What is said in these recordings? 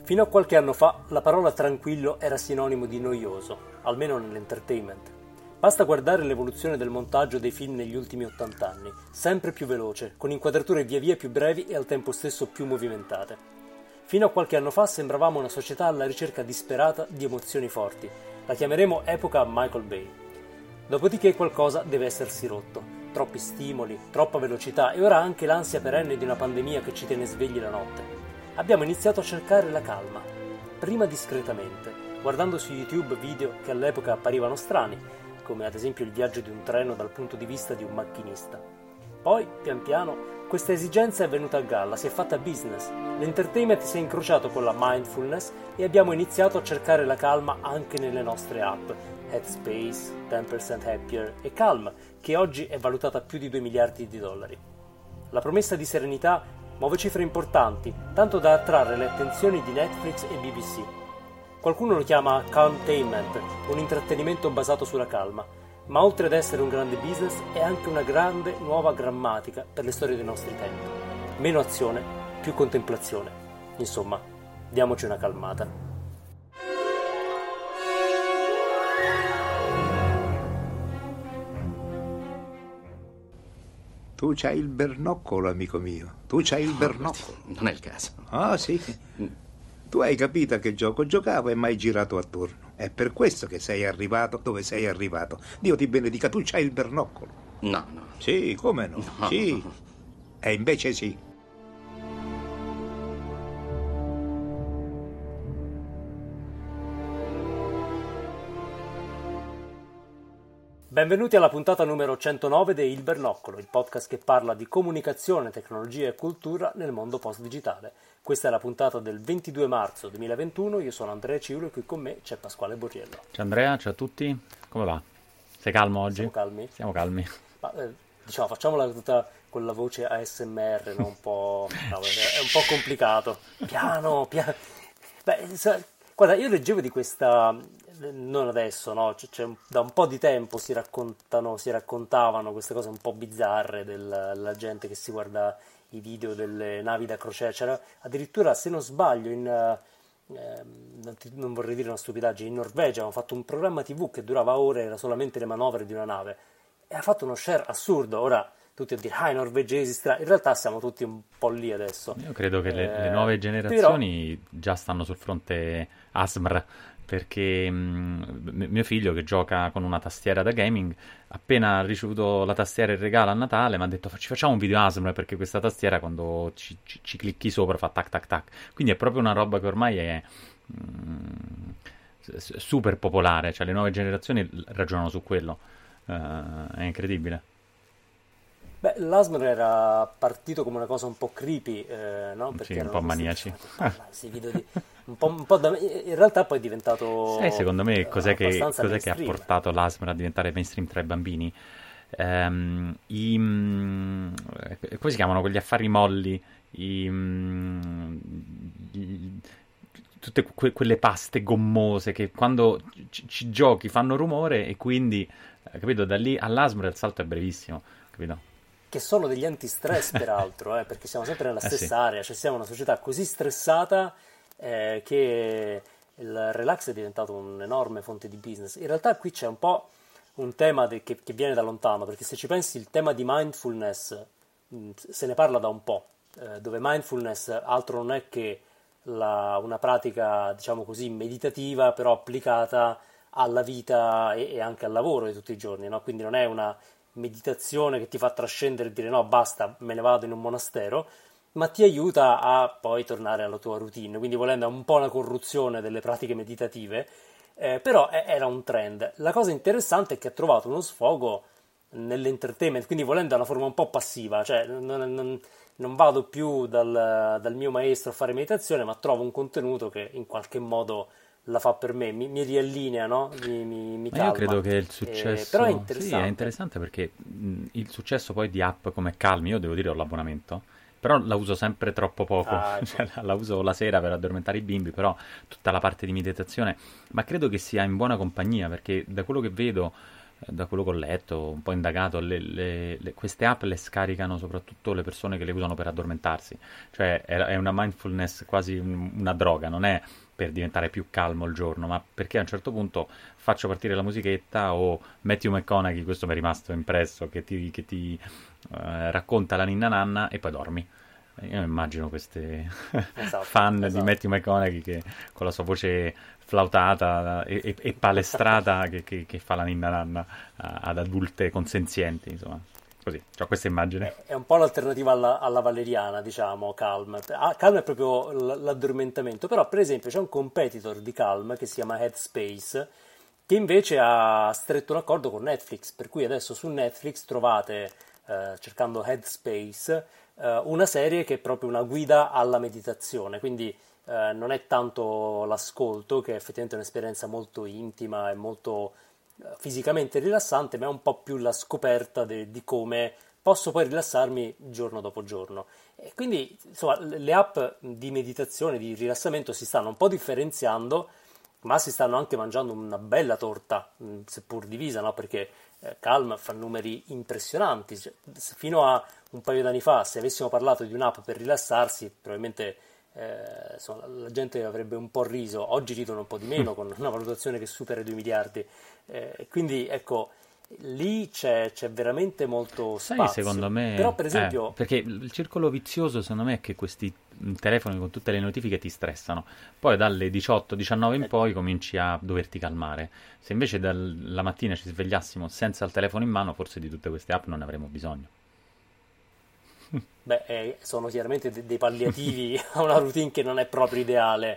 Fino a qualche anno fa la parola tranquillo era sinonimo di noioso, almeno nell'entertainment. Basta guardare l'evoluzione del montaggio dei film negli ultimi 80 anni, sempre più veloce, con inquadrature via via più brevi e al tempo stesso più movimentate. Fino a qualche anno fa sembravamo una società alla ricerca disperata di emozioni forti. La chiameremo epoca Michael Bay. Dopodiché qualcosa deve essersi rotto. Troppi stimoli, troppa velocità e ora anche l'ansia perenne di una pandemia che ci tiene svegli la notte. Abbiamo iniziato a cercare la calma, prima discretamente, guardando su YouTube video che all'epoca apparivano strani, come ad esempio il viaggio di un treno dal punto di vista di un macchinista. Poi, pian piano, questa esigenza è venuta a galla, si è fatta business. L'entertainment si è incrociato con la mindfulness e abbiamo iniziato a cercare la calma anche nelle nostre app, Headspace, 10% Happier e Calm, che oggi è valutata a più di 2 miliardi di dollari. La promessa di serenità muove cifre importanti, tanto da attrarre le attenzioni di Netflix e BBC. Qualcuno lo chiama calmtainment, un intrattenimento basato sulla calma, ma oltre ad essere un grande business è anche una grande nuova grammatica per le storie dei nostri tempi. Meno azione, più contemplazione. Insomma, diamoci una calmata. Tu c'hai il bernoccolo, amico mio. Tu c'hai il bernoccolo. Non è il caso. Ah, sì. Tu hai capito a che gioco giocavo e mai girato attorno. È per questo che sei arrivato dove sei arrivato. Dio ti benedica, tu c'hai il bernoccolo. No, no. Sì, come no? No. Sì. E invece sì. Benvenuti alla puntata numero 109 di Il Bernoccolo, il podcast che parla di comunicazione, tecnologia e cultura nel mondo post-digitale. Questa è la puntata del 22 marzo 2021, io sono Andrea Ciulo e qui con me c'è Pasquale Borriello. Ciao Andrea, ciao a tutti, come va? Sei calmo oggi? Siamo calmi? Siamo calmi. Ma, diciamo, facciamola tutta con la voce ASMR, no? Un po'... no, è un po' complicato. Piano. Beh, guarda, io leggevo di questa... non adesso, no? Da un po' di tempo si raccontavano queste cose un po' bizzarre della gente che si guarda i video delle navi da crociera. C'era addirittura, se non sbaglio, non vorrei dire una stupidaggine, in Norvegia hanno fatto un programma TV che durava ore, era solamente le manovre di una nave e ha fatto uno share assurdo. Ora tutti a dire, i norvegesi, in realtà siamo tutti un po' lì adesso. Io credo che le nuove generazioni già stanno sul fronte ASMR, perché mio figlio che gioca con una tastiera da gaming, appena ha ricevuto la tastiera in regalo a Natale mi ha detto ci facciamo un video ASMR, perché questa tastiera quando ci clicchi sopra fa tac tac tac, quindi è proprio una roba che ormai è super popolare, cioè le nuove generazioni ragionano su quello, è incredibile. Beh, l'ASMR era partito come una cosa un po' creepy, no? Perché sì, un po' maniaci. Questi video un po' in realtà poi è diventato secondo me cos'è che ha mainstream. portato l'ASMR a diventare mainstream tra i bambini? Come si chiamano quegli affari molli? Tutte quelle paste gommose che quando ci giochi fanno rumore e quindi, capito, da lì all'ASMR il salto è brevissimo, capito? Che sono degli antistress peraltro, perché siamo sempre nella stessa area, cioè siamo una società così stressata che il relax è diventato un'enorme fonte di business. In realtà qui c'è un po' un tema che viene da lontano, perché se ci pensi il tema di mindfulness se ne parla da un po', dove mindfulness altro non è che una pratica, diciamo così, meditativa, però applicata alla vita e anche al lavoro di tutti i giorni, no? Quindi non è una meditazione che ti fa trascendere e dire no, basta, me ne vado in un monastero, ma ti aiuta a poi tornare alla tua routine, quindi volendo un po' una corruzione delle pratiche meditative, però era un trend. La cosa interessante è che ha trovato uno sfogo nell'entertainment, quindi volendo è una forma un po' passiva, cioè non vado più dal mio maestro a fare meditazione, ma trovo un contenuto che in qualche modo la fa per me, mi riallinea, no? Mi calma. Io credo che il successo però è interessante. Sì, è interessante perché il successo poi di app come Calm, io devo dire ho l'abbonamento, però la uso sempre troppo poco, ecco. Cioè, la uso la sera per addormentare i bimbi, però tutta la parte di meditazione, ma credo che sia in buona compagnia, perché da quello che vedo da quello che ho letto, un po' indagato, queste app le scaricano soprattutto le persone che le usano per addormentarsi, cioè è una mindfulness quasi una droga, non è per diventare più calmo il giorno, ma perché a un certo punto faccio partire la musichetta o Matthew McConaughey, questo mi è rimasto impresso, che ti racconta la ninna nanna e poi dormi. Io immagino queste fan di Matthew McConaughey che con la sua voce flautata e palestrata che fa la ninna nanna ad adulte consenzienti, insomma. Così, ho questa immagine. È un po' l'alternativa alla valeriana, diciamo, Calm. Calm è proprio l'addormentamento, però per esempio c'è un competitor di Calm che si chiama Headspace, che invece ha stretto un accordo con Netflix, per cui adesso su Netflix trovate, cercando Headspace, una serie che è proprio una guida alla meditazione, quindi non è tanto l'ascolto, che è effettivamente un'esperienza molto intima e molto fisicamente rilassante, ma è un po' più la scoperta di come posso poi rilassarmi giorno dopo giorno. E quindi, insomma, le app di meditazione, di rilassamento si stanno un po' differenziando, ma si stanno anche mangiando una bella torta, seppur divisa, no? Perché Calm fa numeri impressionanti. Cioè, fino a un paio d'anni fa, se avessimo parlato di un'app per rilassarsi, probabilmente insomma, la gente avrebbe un po' riso. Oggi ridono un po' di meno, con una valutazione che supera i 2 miliardi. Quindi, ecco, lì c'è veramente molto spazio. Sai, secondo me, però per esempio perché il circolo vizioso secondo me è che questi telefoni con tutte le notifiche ti stressano, poi dalle 18-19 in poi cominci a doverti calmare. Se invece la mattina ci svegliassimo senza il telefono in mano, forse di tutte queste app non ne avremmo bisogno. Sono chiaramente dei palliativi a una routine che non è proprio ideale,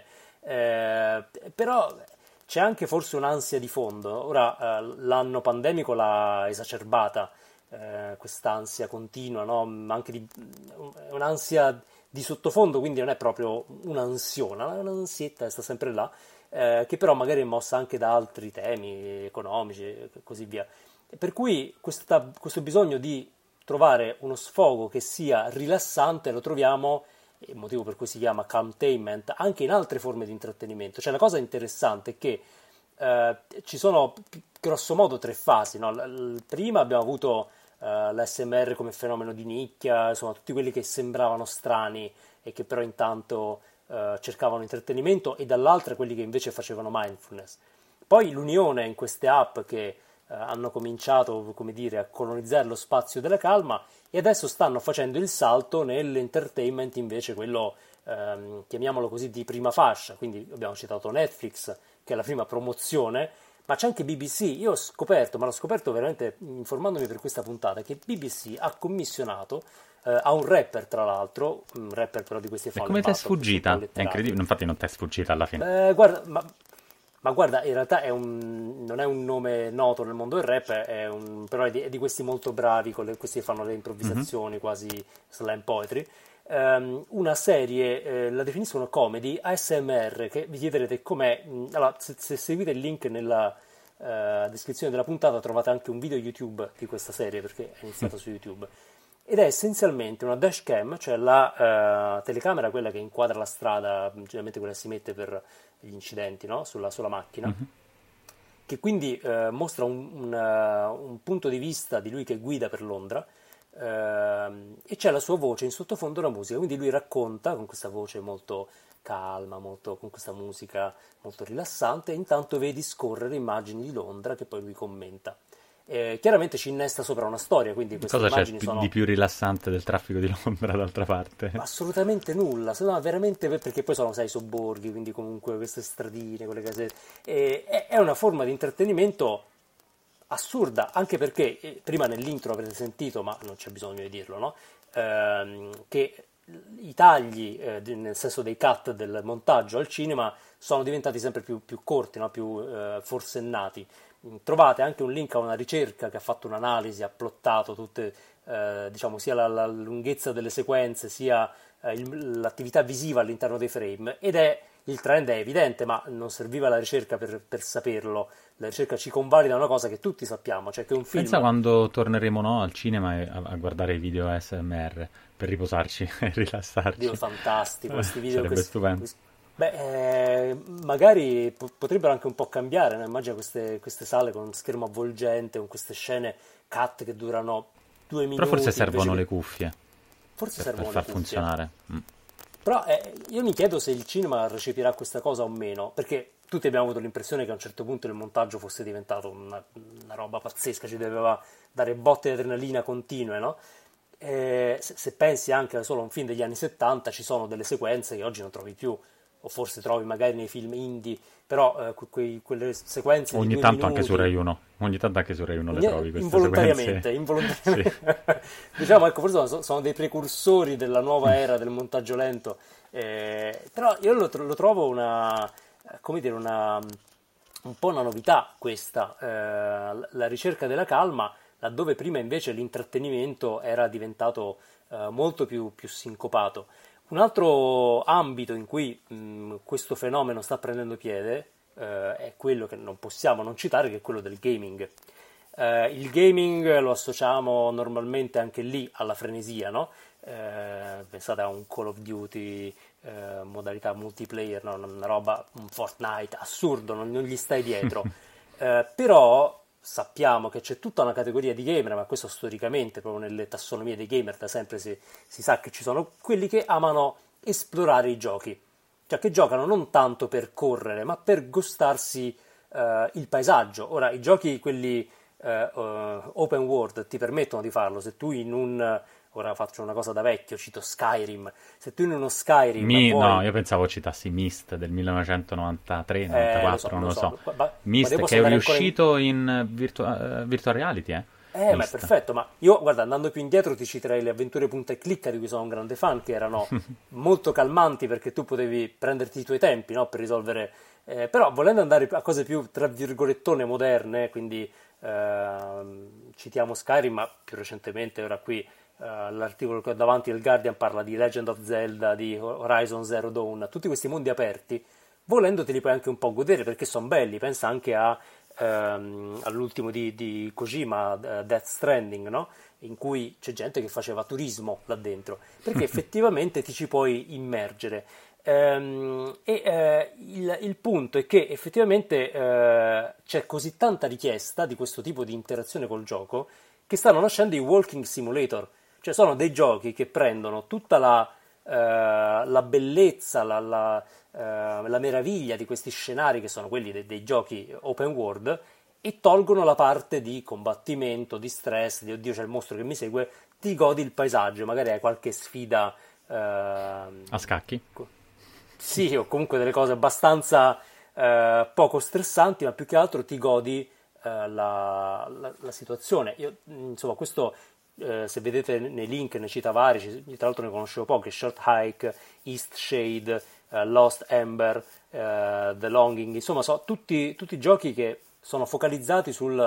però c'è anche forse un'ansia di fondo. Ora, l'anno pandemico l'ha esacerbata, quest'ansia continua, no? Anche un'ansia di sottofondo, quindi non è proprio un'ansiona, è un'ansietta, sta sempre là, che però magari è mossa anche da altri temi economici e così via. Per cui questo bisogno di trovare uno sfogo che sia rilassante lo troviamo, il motivo per cui si chiama calmtainment, anche in altre forme di intrattenimento. Cioè, la cosa interessante è che ci sono grosso modo 3 fasi, no? Prima abbiamo avuto l'ASMR come fenomeno di nicchia, insomma tutti quelli che sembravano strani e che però intanto cercavano intrattenimento, e dall'altra quelli che invece facevano mindfulness. Poi l'unione in queste app che hanno cominciato, come dire, a colonizzare lo spazio della calma, e adesso stanno facendo il salto nell'entertainment invece, quello chiamiamolo così, di prima fascia. Quindi abbiamo citato Netflix, che è la prima promozione, ma c'è anche BBC. Io ho scoperto, ma l'ho scoperto veramente informandomi per questa puntata, che BBC ha commissionato a un rapper, tra l'altro, un rapper però di questi e come ti è sfuggita? È incredibile, infatti non ti è sfuggita alla fine. Guarda, ma guarda, in realtà non è un nome noto nel mondo del rap, però è di questi molto bravi, questi che fanno le improvvisazioni, quasi slam poetry. Una serie, la definiscono comedy, ASMR, che vi chiederete com'è. Allora, se seguite il link nella descrizione della puntata trovate anche un video YouTube di questa serie, perché è iniziata su YouTube. Ed è essenzialmente una dashcam, cioè la telecamera, quella che inquadra la strada, generalmente quella che si mette per gli incidenti, no? sulla macchina, che quindi mostra un punto di vista di lui che guida per Londra, e c'è la sua voce in sottofondo, la musica, quindi lui racconta con questa voce molto calma, con questa musica molto rilassante, e intanto vedi scorrere immagini di Londra che poi lui commenta. Chiaramente ci innesta sopra una storia, quindi queste cosa immagini c'è di più rilassante del traffico di Londra, d'altra parte? Assolutamente nulla, no, veramente, perché poi sono 6 sobborghi, quindi comunque queste stradine, quelle case, è una forma di intrattenimento assurda, anche perché prima nell'intro avrete sentito, ma non c'è bisogno di dirlo, no? Che i tagli, nel senso dei cut del montaggio al cinema, sono diventati sempre più corti, no? Più forsennati. Trovate anche un link a una ricerca che ha fatto un'analisi, ha plottato tutte, diciamo, sia la lunghezza delle sequenze, sia l'attività visiva all'interno dei frame, ed il trend è evidente, ma non serviva la ricerca per saperlo. La ricerca ci convalida una cosa che tutti sappiamo, cioè che un film... Pensa quando torneremo, no, al cinema a guardare i video ASMR per riposarci e rilassarci. Dio, fantastico, questi video, sarebbe stupendo. Magari potrebbero anche un po' cambiare, no? Immagina queste sale con schermo avvolgente, con queste scene cut che durano 2 minuti. Però forse servono invece le cuffie forse per servono le far cuffie. funzionare. Però io mi chiedo se il cinema recepirà questa cosa o meno, perché tutti abbiamo avuto l'impressione che a un certo punto il montaggio fosse diventato una roba pazzesca, ci doveva dare botte di adrenalina continue, no? Se pensi anche solo a un film degli anni 70, ci sono delle sequenze che oggi non trovi più, o forse trovi magari nei film indie, però quelle sequenze di Ogni due tanto anche su minuti. Rai 1. Ogni tanto anche su Rai 1 le trovi queste Involontariamente, sequenze. Sì. diciamo, ecco, forse sono dei precursori della nuova era del montaggio lento, però io lo trovo come dire, un po' una novità questa, la ricerca della calma, laddove prima invece l'intrattenimento era diventato molto più sincopato. Un altro ambito in cui questo fenomeno sta prendendo piede è quello che non possiamo non citare, che è quello del gaming. Il gaming lo associamo normalmente anche lì alla frenesia, no? Pensate a un Call of Duty modalità multiplayer, no? Una roba, un Fortnite assurdo, non gli stai dietro. Però sappiamo che c'è tutta una categoria di gamer, ma questo storicamente, proprio nelle tassonomie dei gamer, da sempre si sa che ci sono quelli che amano esplorare i giochi, cioè che giocano non tanto per correre, ma per gustarsi il paesaggio. Ora, i giochi, quelli open world, ti permettono di farlo. Se tu ora faccio una cosa da vecchio, cito Skyrim, se tu in uno Skyrim No, vuoi. io pensavo citassi Myst del Lo 1993-94, so, non lo lo so, so. ma Myst devo che è andare ancora riuscito in virtual reality, Ma è Myst. perfetto, ma io, guarda, andando più indietro ti citerei le avventure punta e clicca di cui sono un grande fan, che erano molto calmanti perché tu potevi prenderti i tuoi tempi, no, per risolvere. Però volendo andare a cose più, tra virgolettone, moderne, quindi citiamo Skyrim, ma più recentemente, ora qui l'articolo che ho davanti del Guardian parla di Legend of Zelda, di Horizon Zero Dawn, tutti questi mondi aperti, volendo te li puoi anche un po' godere perché sono belli, pensa anche all'ultimo di Kojima, Death Stranding, no? In cui c'è gente che faceva turismo là dentro, perché effettivamente ti ci puoi immergere. Il punto è che effettivamente c'è così tanta richiesta di questo tipo di interazione col gioco che stanno nascendo i walking simulator, cioè sono dei giochi che prendono tutta la bellezza, la meraviglia di questi scenari che sono quelli dei giochi open world e tolgono la parte di combattimento, di stress, di oddio c'è il mostro che mi segue, ti godi il paesaggio, magari hai qualche sfida. A scacchi? Sì, o comunque delle cose abbastanza poco stressanti, ma più che altro ti godi la situazione. Io, insomma, questo se vedete nei link ne cita vari, tra l'altro ne conoscevo pochi: Short Hike, East Shade, Lost Ember, The Longing, insomma, sono tutti giochi che sono focalizzati sul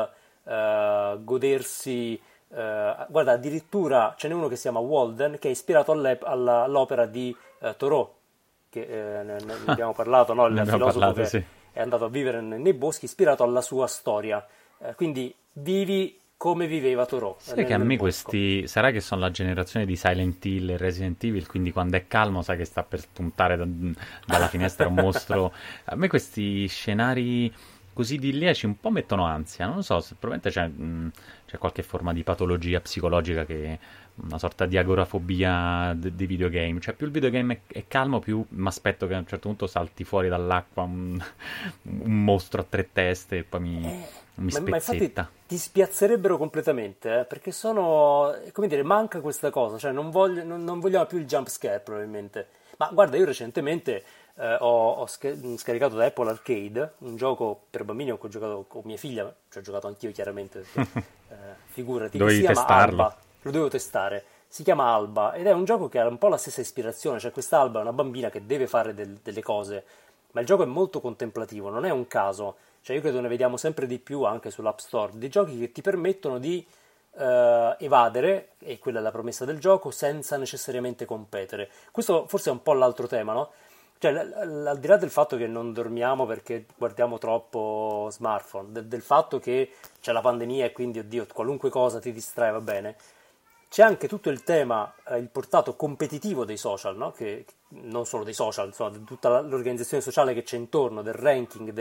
godersi. Guarda, addirittura ce n'è uno che si chiama Walden, che è ispirato all'opera di Thoreau, che ne abbiamo parlato, no? Ne Il abbiamo filosofo parlato, che sì. è andato a vivere nei boschi, ispirato alla sua storia. Quindi vivi come viveva Thoreau Sai che a me bosco. questi, sarà che sono la generazione di Silent Hill e Resident Evil, quindi quando è calmo sai che sta per spuntare dalla finestra un mostro. A me questi scenari così idilliaci un po' mettono ansia, non lo so, se probabilmente c'è qualche forma di patologia psicologica che una sorta di agorafobia dei videogame, cioè più il videogame è calmo più mi aspetto che a un certo punto salti fuori dall'acqua un mostro a tre teste e poi mi Ma infatti spezzetta. ti spiazzerebbero completamente, perché come dire, manca questa cosa, cioè non vogliamo più il jump scare probabilmente. Ma guarda, io recentemente ho scaricato da Apple Arcade un gioco per bambini con cui ho giocato con mia figlia, ci ho giocato anch'io chiaramente, perché, figurati, che si Dovevi chiama testarlo. Alba, lo devo testare, si chiama Alba ed è un gioco che ha un po' la stessa ispirazione, cioè quest'Alba è una bambina che deve fare delle cose, ma il gioco è molto contemplativo, non è un caso, cioè io credo ne vediamo sempre di più anche sull'App Store, dei giochi che ti permettono di evadere, e quella è la promessa del gioco, senza necessariamente competere. Questo forse è un po' l'altro tema, no? Cioè, al di là del fatto che non dormiamo perché guardiamo troppo smartphone, del fatto che c'è la pandemia e quindi, oddio, qualunque cosa ti distrae va bene, c'è anche tutto il tema, il portato competitivo dei social, no? Che non solo dei social, insomma, di tutta l'organizzazione sociale che c'è intorno, del ranking,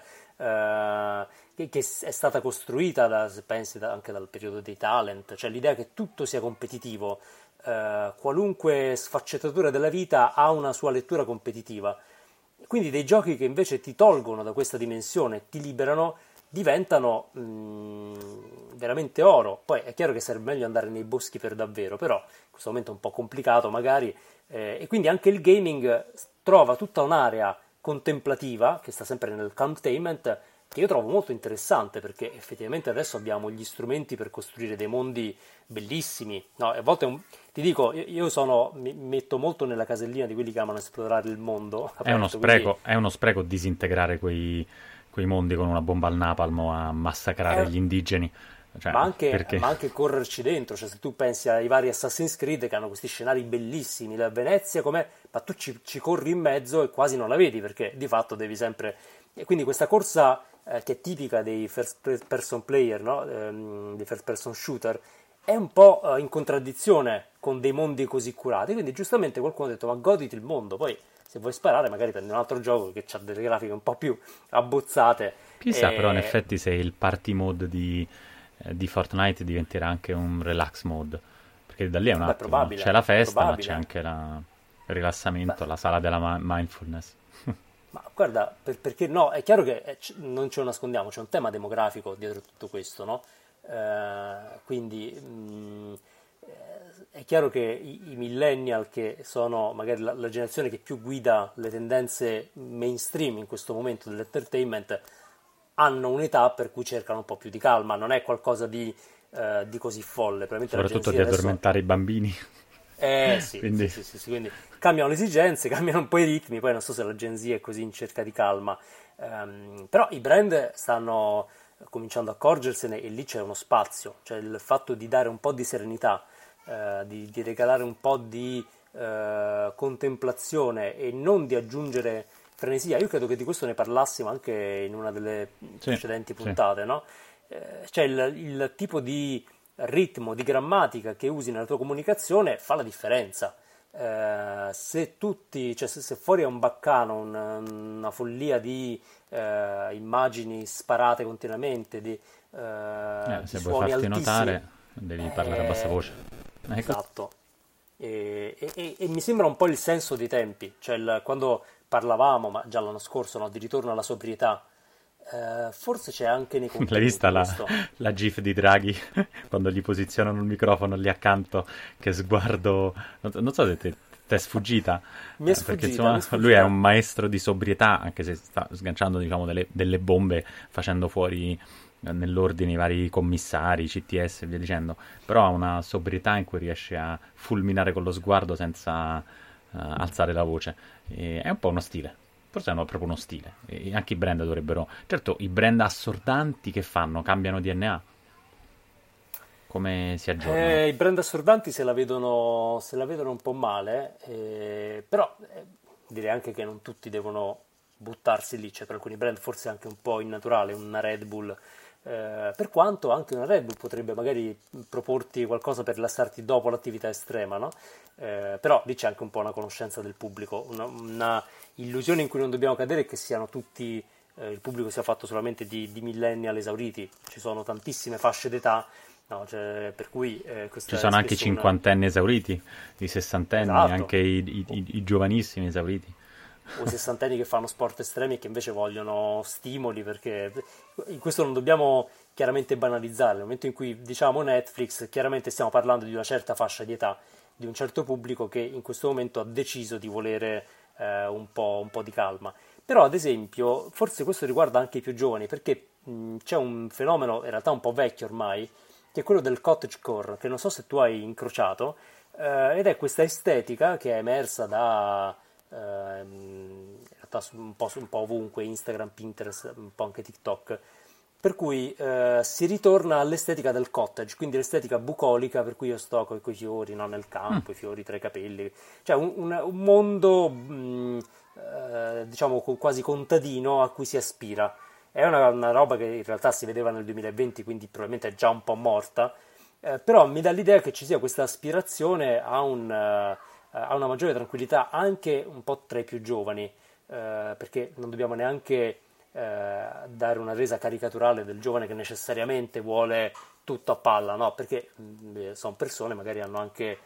che è stata costruita, se pensi, anche dal periodo dei talent, cioè l'idea che tutto sia competitivo, qualunque sfaccettatura della vita ha una sua lettura competitiva. Quindi dei giochi che invece ti tolgono da questa dimensione, ti liberano, diventano veramente oro. Poi è chiaro che sarebbe meglio andare nei boschi per davvero, però in questo momento è un po' complicato magari, e quindi anche il gaming trova tutta un'area contemplativa, che sta sempre nel containment, che io trovo molto interessante, perché effettivamente adesso abbiamo gli strumenti per costruire dei mondi bellissimi, no? A volte ti dico, io mi metto molto nella casellina di quelli che amano esplorare il mondo aperto, è uno spreco disintegrare quei mondi con una bomba al napalm a massacrare gli indigeni. Cioè, ma anche correrci dentro, cioè se tu pensi ai vari Assassin's Creed che hanno questi scenari bellissimi, la Venezia com'è, ma tu ci corri in mezzo e quasi non la vedi, perché di fatto devi sempre... E quindi questa corsa che è tipica dei first person player, no? Dei first person shooter, è un po' in contraddizione con dei mondi così curati, quindi giustamente qualcuno ha detto ma goditi il mondo, poi se vuoi sparare magari prendi un altro gioco che ha delle grafiche un po' più abbozzate. Chissà, però in effetti se il party mode di Fortnite diventerà anche un relax mode, perché da lì è un attimo, no? C'è la festa, ma c'è anche il rilassamento, la sala della mindfulness. Ma guarda, perché no, è chiaro che non ce lo nascondiamo, c'è un tema demografico dietro tutto questo, no? Quindi è chiaro che i millennial, che sono magari la generazione che più guida le tendenze mainstream in questo momento dell'entertainment, hanno un'età per cui cercano un po' più di calma, non è qualcosa di così folle. Soprattutto di addormentare i bambini. Sì, quindi... Sì, quindi cambiano le esigenze, cambiano un po' i ritmi, poi non so se la Gen Z è così in cerca di calma, però i brand stanno cominciando a accorgersene e lì c'è uno spazio, cioè il fatto di dare un po' di serenità, di regalare un po' di contemplazione e non di aggiungere frenesia. Io credo che di questo ne parlassimo anche in una delle precedenti puntate, no? Cioè il tipo di ritmo, di grammatica che usi nella tua comunicazione fa la differenza. Se fuori è un baccano, una follia di immagini sparate continuamente, di se vuoi farti altissimi, notare devi parlare a bassa voce. Esatto. E mi sembra un po' il senso dei tempi, cioè quando parlavamo, ma già l'anno scorso, no, di ritorno alla sobrietà. Forse c'è anche nei contenuti. L'hai vista la gif di Draghi quando gli posizionano il microfono lì accanto? Che sguardo, non so se ti è sfuggita. Mi è sfuggita, perché insomma lui è un maestro di sobrietà, anche se sta sganciando, diciamo, delle bombe, facendo fuori nell'ordine i vari commissari, CTS e via dicendo, però ha una sobrietà in cui riesce a fulminare con lo sguardo senza alzare la voce. È un po' uno stile. Forse hanno proprio uno stile, e anche i brand dovrebbero... Certo, i brand assordanti che fanno? Cambiano DNA? Come si aggiornano? I brand assordanti se la vedono un po' male, però direi anche che non tutti devono buttarsi lì, cioè per alcuni brand forse è anche un po' innaturale, una Red Bull, per quanto anche una Red Bull potrebbe magari proporti qualcosa per rilassarti dopo l'attività estrema, no? Però lì c'è anche un po' una conoscenza del pubblico, una illusione in cui non dobbiamo cadere è che siano tutti, il pubblico sia fatto solamente di millennial esauriti, ci sono tantissime fasce d'età, no? Cioè, per cui ci sono anche i cinquantenni esauriti, i sessantenni, esatto. Anche i giovanissimi esauriti. O i sessantenni che fanno sport estremi e che invece vogliono stimoli, perché in questo non dobbiamo chiaramente banalizzare. Nel momento in cui diciamo Netflix, chiaramente stiamo parlando di una certa fascia di età, di un certo pubblico che in questo momento ha deciso di volere un po' di calma. Però ad esempio forse questo riguarda anche i più giovani, perché c'è un fenomeno in realtà un po' vecchio ormai, che è quello del cottagecore, che non so se tu hai incrociato, ed è questa estetica che è emersa da in realtà un po' ovunque, Instagram, Pinterest, un po' anche TikTok, per cui si ritorna all'estetica del cottage, quindi l'estetica bucolica, per cui io sto con i fiori, no, nel campo, i fiori tra i capelli, cioè un mondo diciamo quasi contadino a cui si aspira. È una roba che in realtà si vedeva nel 2020, quindi probabilmente è già un po' morta, Però mi dà l'idea che ci sia questa aspirazione a una maggiore tranquillità anche un po' tra i più giovani, perché non dobbiamo neanche dare una resa caricaturale del giovane che necessariamente vuole tutto a palla, no? Perché sono persone, magari hanno anche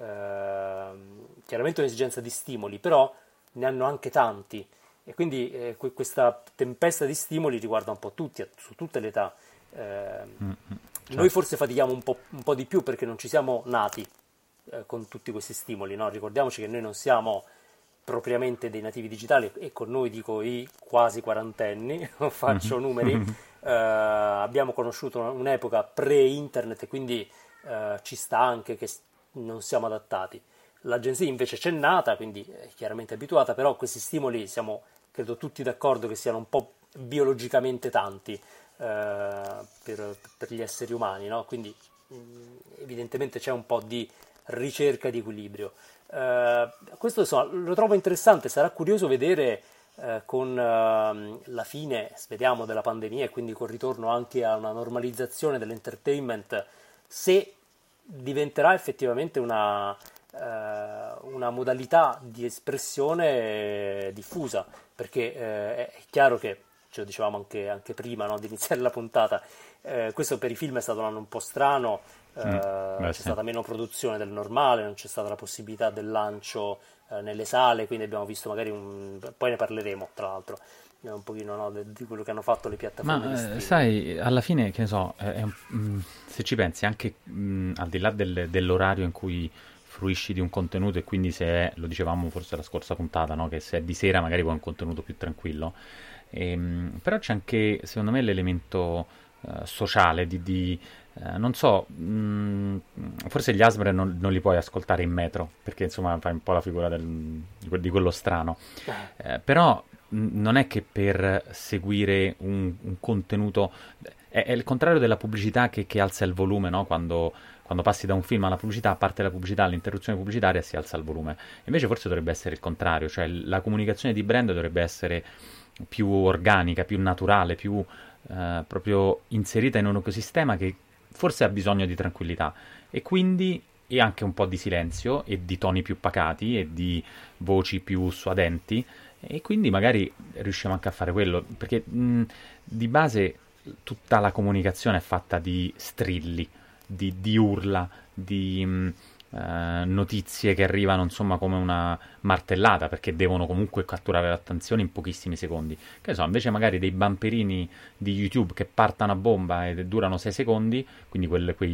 chiaramente un'esigenza di stimoli, però ne hanno anche tanti e quindi questa tempesta di stimoli riguarda un po' tutti, su tutte le età. Certo. Noi forse fatichiamo un po' di più perché non ci siamo nati con tutti questi stimoli, no? Ricordiamoci che noi non siamo propriamente dei nativi digitali e con noi dico i quasi quarantenni, faccio numeri, abbiamo conosciuto un'epoca pre-internet e quindi ci sta anche che non siamo adattati. L'agenzia invece c'è nata, quindi è chiaramente abituata, però questi stimoli siamo, credo, tutti d'accordo che siano un po' biologicamente tanti per gli esseri umani, no? Quindi evidentemente c'è un po' di ricerca di equilibrio. Questo insomma, lo trovo interessante, sarà curioso vedere con la fine, speriamo, della pandemia e quindi col ritorno anche a una normalizzazione dell'entertainment, se diventerà effettivamente una modalità di espressione diffusa, perché è chiaro che, ce lo dicevamo anche prima, no, di iniziare la puntata, questo per i film è stato un anno un po' strano, c'è stata meno produzione del normale, non c'è stata la possibilità del lancio nelle sale, quindi abbiamo visto magari poi ne parleremo tra l'altro un pochino, no, di quello che hanno fatto le piattaforme di streaming. Sai, alla fine, che ne so, se ci pensi anche al di là dell'orario in cui fruisci di un contenuto e quindi se è, lo dicevamo forse la scorsa puntata, no? Che se è di sera magari vuoi un contenuto più tranquillo, però c'è anche secondo me l'elemento sociale non so, forse gli ASMR non li puoi ascoltare in metro perché insomma fai un po' la figura di quello strano, però non è che per seguire un contenuto è il contrario della pubblicità che alza il volume, no? Quando passi da un film alla pubblicità, a parte la pubblicità, all'interruzione pubblicitaria si alza il volume. Invece forse dovrebbe essere il contrario, cioè la comunicazione di brand dovrebbe essere più organica, più naturale, più proprio inserita in un ecosistema che forse ha bisogno di tranquillità e anche un po' di silenzio e di toni più pacati e di voci più suadenti e quindi magari riusciamo anche a fare quello, perché di base tutta la comunicazione è fatta di strilli, di urla, di notizie che arrivano insomma come una martellata perché devono comunque catturare l'attenzione in pochissimi secondi. Che ne so, invece magari dei bumperini di YouTube che partono a bomba e durano 6 secondi, quindi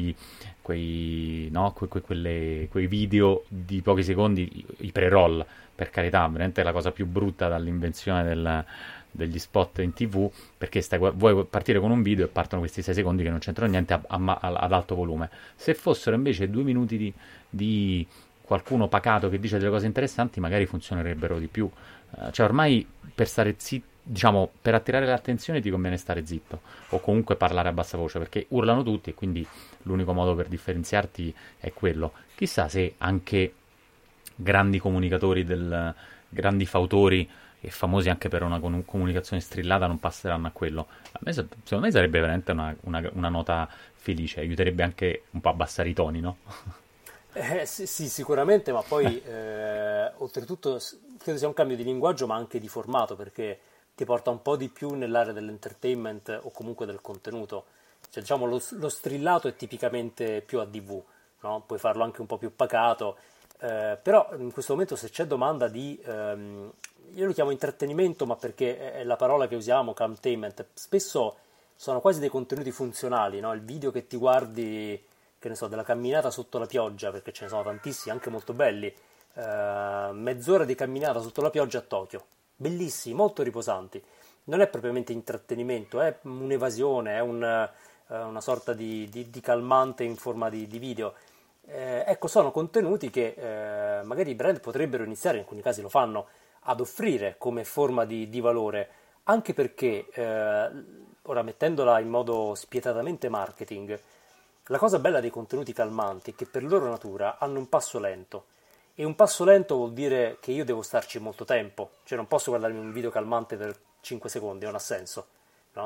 quei video di pochi secondi, i pre-roll, per carità, veramente è la cosa più brutta dall'invenzione degli spot in TV, perché vuoi partire con un video e partono questi 6 secondi che non c'entrano niente ad alto volume. Se fossero invece 2 minuti di qualcuno pacato che dice delle cose interessanti, magari funzionerebbero di più. Cioè ormai per stare zitto, diciamo, per attirare l'attenzione ti conviene stare zitto o comunque parlare a bassa voce perché urlano tutti e quindi l'unico modo per differenziarti è quello. Chissà se anche grandi comunicatori grandi fautori e famosi anche per una comunicazione strillata non passeranno a quello. Secondo me sarebbe veramente una nota felice, aiuterebbe anche un po' a abbassare i toni, no? Sì, sicuramente, ma poi oltretutto credo sia un cambio di linguaggio ma anche di formato, perché ti porta un po' di più nell'area dell'entertainment o comunque del contenuto. Cioè, diciamo, lo strillato è tipicamente più ADV, no? Puoi farlo anche un po' più pacato, però in questo momento se c'è domanda io lo chiamo intrattenimento, ma perché è la parola che usiamo, calmtainment, spesso sono quasi dei contenuti funzionali, no? Il video che ti guardi, che ne so, della camminata sotto la pioggia, perché ce ne sono tantissimi, anche molto belli, mezz'ora di camminata sotto la pioggia a Tokyo, bellissimi, molto riposanti. Non è propriamente intrattenimento, è un'evasione, è una sorta di calmante in forma di video. Ecco, sono contenuti che magari i brand potrebbero iniziare, in alcuni casi lo fanno, ad offrire come forma di valore, anche perché, ora mettendola in modo spietatamente marketing, la cosa bella dei contenuti calmanti è che per loro natura hanno un passo lento, e un passo lento vuol dire che io devo starci molto tempo, cioè non posso guardarmi un video calmante per 5 secondi, non ha senso, no?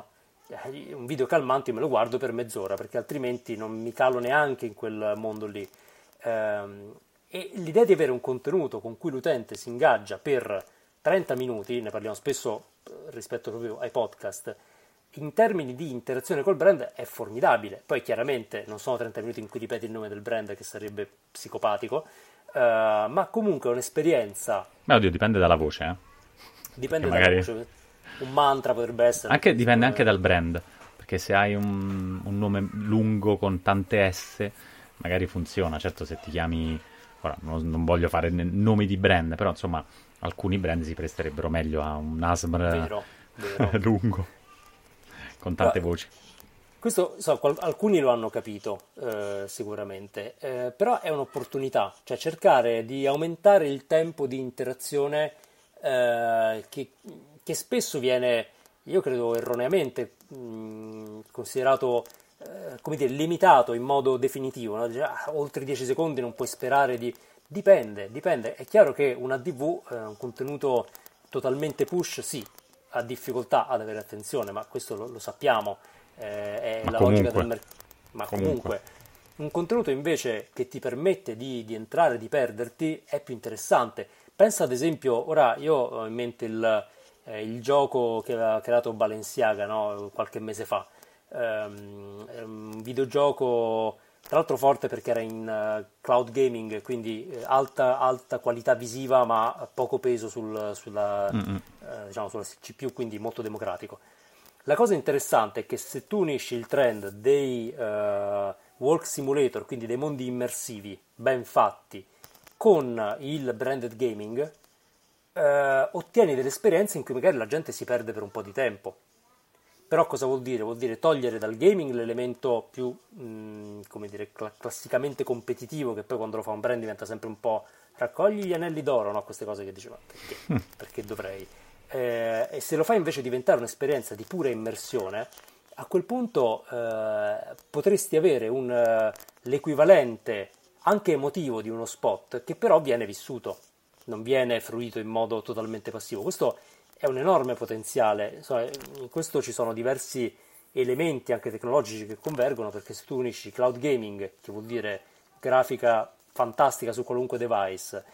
un video calmante io me lo guardo per mezz'ora, perché altrimenti non mi calo neanche in quel mondo lì. E l'idea di avere un contenuto con cui l'utente si ingaggia per 30 minuti, ne parliamo spesso rispetto proprio ai podcast, in termini di interazione col brand è formidabile. Poi chiaramente non sono 30 minuti in cui ripeti il nome del brand, che sarebbe psicopatico, ma comunque è un'esperienza. Ma oddio, dipende dalla voce, Dipende dalla voce. Un mantra potrebbe essere. Dipende anche dal brand, perché se hai un nome lungo con tante S, magari funziona. Certo, se ti chiami... Ora, non voglio fare nomi di brand, però insomma alcuni brand si presterebbero meglio a un ASMR vero. lungo, con tante voci. Questo alcuni lo hanno capito sicuramente, però è un'opportunità, cioè cercare di aumentare il tempo di interazione che spesso viene, io credo erroneamente, considerato come dire, limitato in modo definitivo, no? Oltre i 10 secondi non puoi sperare di... Dipende. È chiaro che una DV, un contenuto totalmente push, sì, ha difficoltà ad avere attenzione, ma questo lo sappiamo, è la logica del mercato. Ma comunque, un contenuto invece che ti permette di entrare, di perderti, è più interessante. Pensa ad esempio, ora io ho in mente il gioco che aveva creato Balenciaga, no? Qualche mese fa. Un videogioco tra l'altro forte perché era in cloud gaming, quindi alta qualità visiva ma poco peso sulla CPU, quindi molto democratico. La cosa interessante è che se tu unisci il trend dei walk simulator, quindi dei mondi immersivi ben fatti, con il branded gaming, ottieni delle esperienze in cui magari la gente si perde per un po' di tempo. Però cosa vuol dire? Vuol dire togliere dal gaming l'elemento più, come dire, classicamente competitivo, che poi quando lo fa un brand diventa sempre un po' raccogli gli anelli d'oro, no? Queste cose che dici, ma perché? Perché dovrei? E se lo fai invece diventare un'esperienza di pura immersione, a quel punto potresti avere l'equivalente anche emotivo di uno spot, che però viene vissuto, non viene fruito in modo totalmente passivo. Questo è un enorme potenziale. Insomma, in questo ci sono diversi elementi anche tecnologici che convergono, perché se tu unisci cloud gaming, che vuol dire grafica fantastica su qualunque device,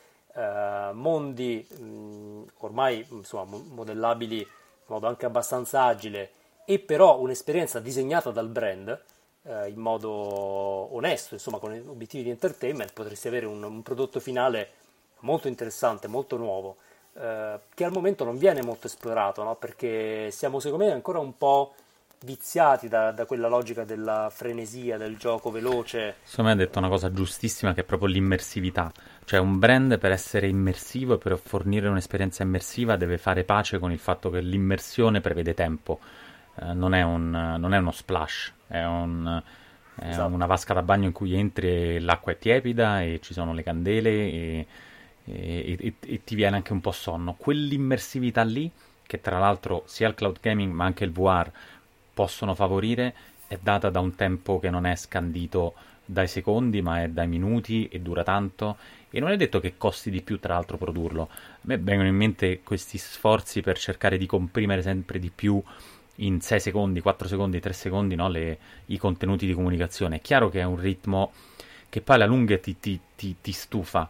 mondi ormai insomma modellabili in modo anche abbastanza agile, e però un'esperienza disegnata dal brand in modo onesto, insomma con obiettivi di entertainment, potresti avere un prodotto finale molto interessante, molto nuovo, che al momento non viene molto esplorato, no? Perché siamo secondo me ancora un po' viziati da quella logica della frenesia, del gioco veloce. Secondo me hai detto una cosa giustissima, che è proprio l'immersività. Cioè un brand, per essere immersivo e per fornire un'esperienza immersiva, deve fare pace con il fatto che l'immersione prevede tempo. Non è uno splash, è Esatto. una vasca da bagno in cui entri e l'acqua è tiepida e ci sono le candele e ti viene anche un po' sonno. Quell'immersività lì, che tra l'altro sia il cloud gaming ma anche il VR possono favorire, è data da un tempo che non è scandito dai secondi ma è dai minuti e dura tanto, e non è detto che costi di più tra l'altro produrlo. A me vengono in mente questi sforzi per cercare di comprimere sempre di più in 6 secondi, 4 secondi, 3 secondi, no? I contenuti di comunicazione. È chiaro che è un ritmo che poi alla lunga ti stufa,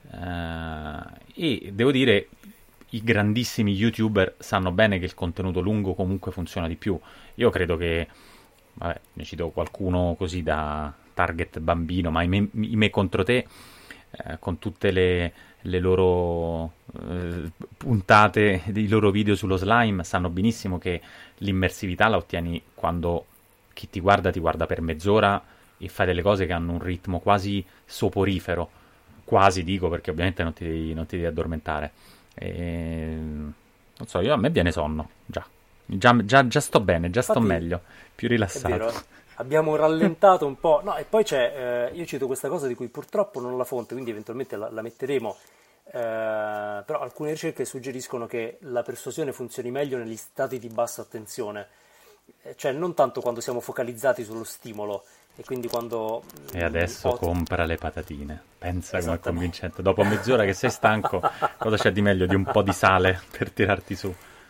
e devo dire i grandissimi youtuber sanno bene che il contenuto lungo comunque funziona di più. Io credo che, vabbè, ne cito qualcuno così da target bambino, ma i me contro te, con tutte le loro puntate, i loro video sullo slime, sanno benissimo che l'immersività la ottieni quando chi ti guarda per mezz'ora e fai delle cose che hanno un ritmo quasi soporifero. Quasi, dico, perché ovviamente non ti devi addormentare. Non so, a me viene sonno, già sto bene, già sto meglio, più rilassato. È vero, abbiamo rallentato un po'. No, e poi c'è, io cito questa cosa di cui purtroppo non ho la fonte, quindi eventualmente la metteremo, però alcune ricerche suggeriscono che la persuasione funzioni meglio negli stati di bassa attenzione, cioè non tanto quando siamo focalizzati sullo stimolo, e quindi quando... E adesso compra le patatine, pensa come è convincente. Dopo mezz'ora che sei stanco, cosa c'è di meglio di un po' di sale per tirarti su?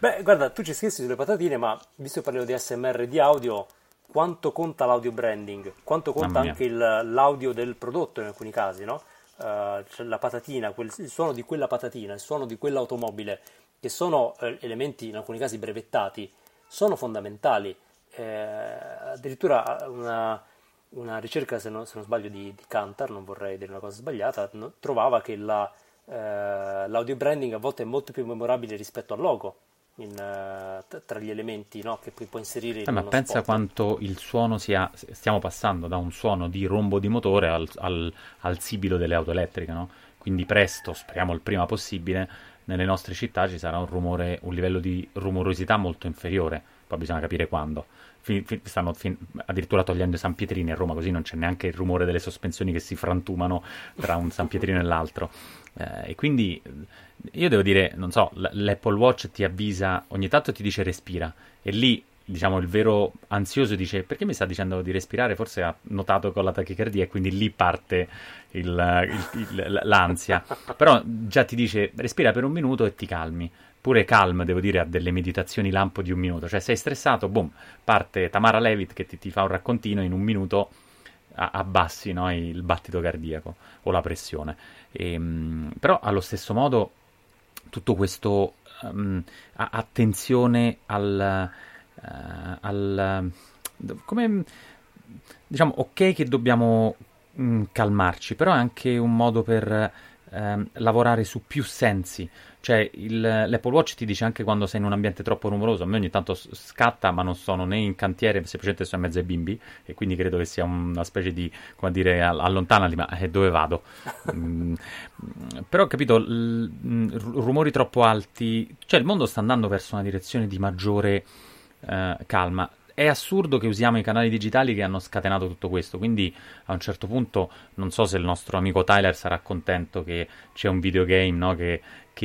Beh, guarda, tu ci scherzi sulle patatine, ma visto che parliamo di ASMR e di audio, quanto conta l'audio branding? Quanto conta anche l'audio del prodotto in alcuni casi, no? Cioè la patatina, il suono di quella patatina, il suono di quell'automobile, che sono elementi in alcuni casi brevettati, sono fondamentali. Addirittura una ricerca, se non sbaglio, di Kantar, non vorrei dire una cosa sbagliata, trovava che l'audio branding a volte è molto più memorabile rispetto al logo. Tra gli elementi, no, che puoi inserire in ma uno pensa spot. quanto il suono stiamo passando da un suono di rombo di motore al sibilo delle auto elettriche, no? Quindi presto, speriamo il prima possibile, nelle nostre città ci sarà un livello di rumorosità molto inferiore, poi bisogna capire quando. Stanno addirittura togliendo i San Pietrini a Roma, così non c'è neanche il rumore delle sospensioni che si frantumano tra un San Pietrino e l'altro. E quindi io devo dire, non so, l'Apple Watch ti avvisa, ogni tanto ti dice respira, e lì, diciamo, il vero ansioso dice perché mi sta dicendo di respirare, forse ha notato con la tachicardia e quindi lì parte l'ansia. Però già ti dice respira per un minuto e ti calmi. Pure Calm, devo dire, ha delle meditazioni lampo di un minuto, cioè sei stressato, boom, parte Tamara Levitt che ti fa un raccontino, in un minuto abbassi, no, il battito cardiaco o la pressione. Però allo stesso modo tutto questo attenzione come, diciamo, ok che dobbiamo calmarci, però è anche un modo per lavorare su più sensi. Cioè l'Apple Watch ti dice anche quando sei in un ambiente troppo rumoroso. A me ogni tanto scatta, ma non sono né in cantiere, semplicemente sono in mezzo ai bimbi, e quindi credo che sia una specie di, come dire, allontanali, ma dove vado? Però ho capito, rumori troppo alti, cioè il mondo sta andando verso una direzione di maggiore calma. È assurdo che usiamo i canali digitali che hanno scatenato tutto questo, quindi a un certo punto non so se il nostro amico Tyler sarà contento che c'è un videogame, no, che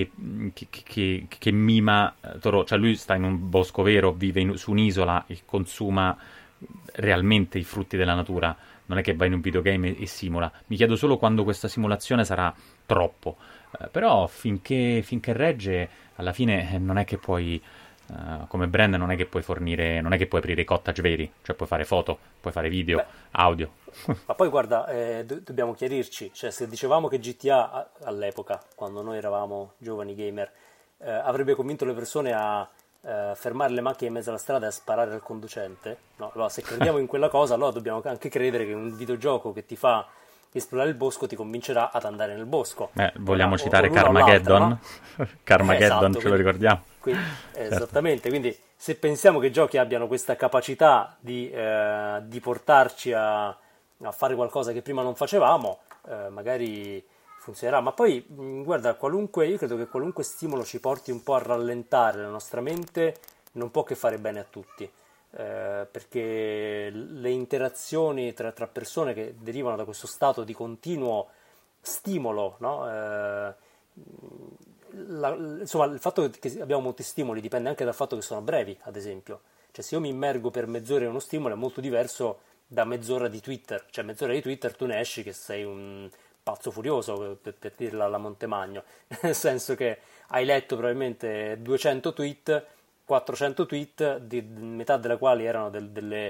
mima Toro, cioè lui sta in un bosco vero, vive su un'isola e consuma realmente i frutti della natura, non è che va in un videogame e simula. Mi chiedo solo quando questa simulazione sarà troppo, però finché regge, alla fine non è che puoi come brand non è che puoi fornire, non è che puoi aprire i cottage veri, cioè puoi fare foto, puoi fare video, audio. Ma poi guarda, dobbiamo chiarirci, cioè se dicevamo che GTA all'epoca, quando noi eravamo giovani gamer, avrebbe convinto le persone a fermare le macchine in mezzo alla strada e a sparare al conducente, no? Allora, se crediamo in quella cosa, allora dobbiamo anche credere che un videogioco che ti fa esplorare il bosco ti convincerà ad andare nel bosco. Vogliamo citare Carmageddon? No? Carmageddon, esatto, ce lo ricordiamo. Esattamente, quindi se pensiamo che i giochi abbiano questa capacità di portarci a fare qualcosa che prima non facevamo, magari funzionerà. Ma poi, guarda, io credo che qualunque stimolo ci porti un po' a rallentare la nostra mente non può che fare bene a tutti. Perché le interazioni tra persone che derivano da questo stato di continuo stimolo, no? Insomma, il fatto che abbiamo molti stimoli dipende anche dal fatto che sono brevi, ad esempio. Cioè, se io mi immergo per mezz'ora in uno stimolo è molto diverso da mezz'ora di Twitter. Cioè, mezz'ora di Twitter tu ne esci che sei un pazzo furioso, per dirla alla Montemagno, nel senso che hai letto probabilmente 200 tweet, 400 tweet, metà delle quali erano delle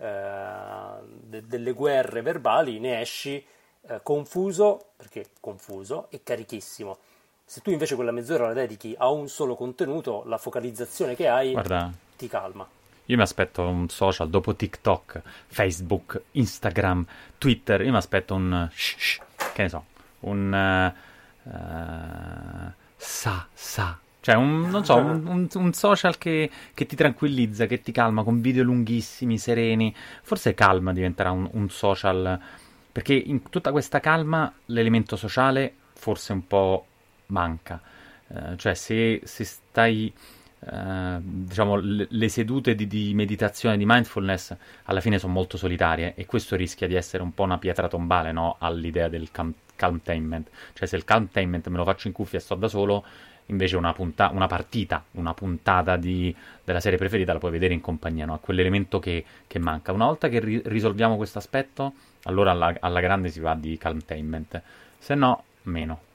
guerre verbali, ne esci confuso, perché confuso, e carichissimo. Se tu invece quella mezz'ora la dedichi a un solo contenuto, la focalizzazione che hai, guarda, ti calma. Io mi aspetto un social dopo TikTok, Facebook, Instagram, Twitter. Io mi aspetto che ne so, cioè un social che ti tranquillizza, che ti calma, con video lunghissimi, sereni. Forse Calma diventerà un social, perché in tutta questa calma l'elemento sociale forse un po' manca. Cioè se stai diciamo le sedute di meditazione, di mindfulness, alla fine sono molto solitarie, e questo rischia di essere un po' una pietra tombale, no, all'idea del calmtainment. Cioè se il calmtainment me lo faccio in cuffia e sto da solo, invece una puntata della serie preferita la puoi vedere in compagnia, no? Quell'elemento che manca. Una volta che risolviamo questo aspetto, allora alla grande si va di calmtainment, se no meno.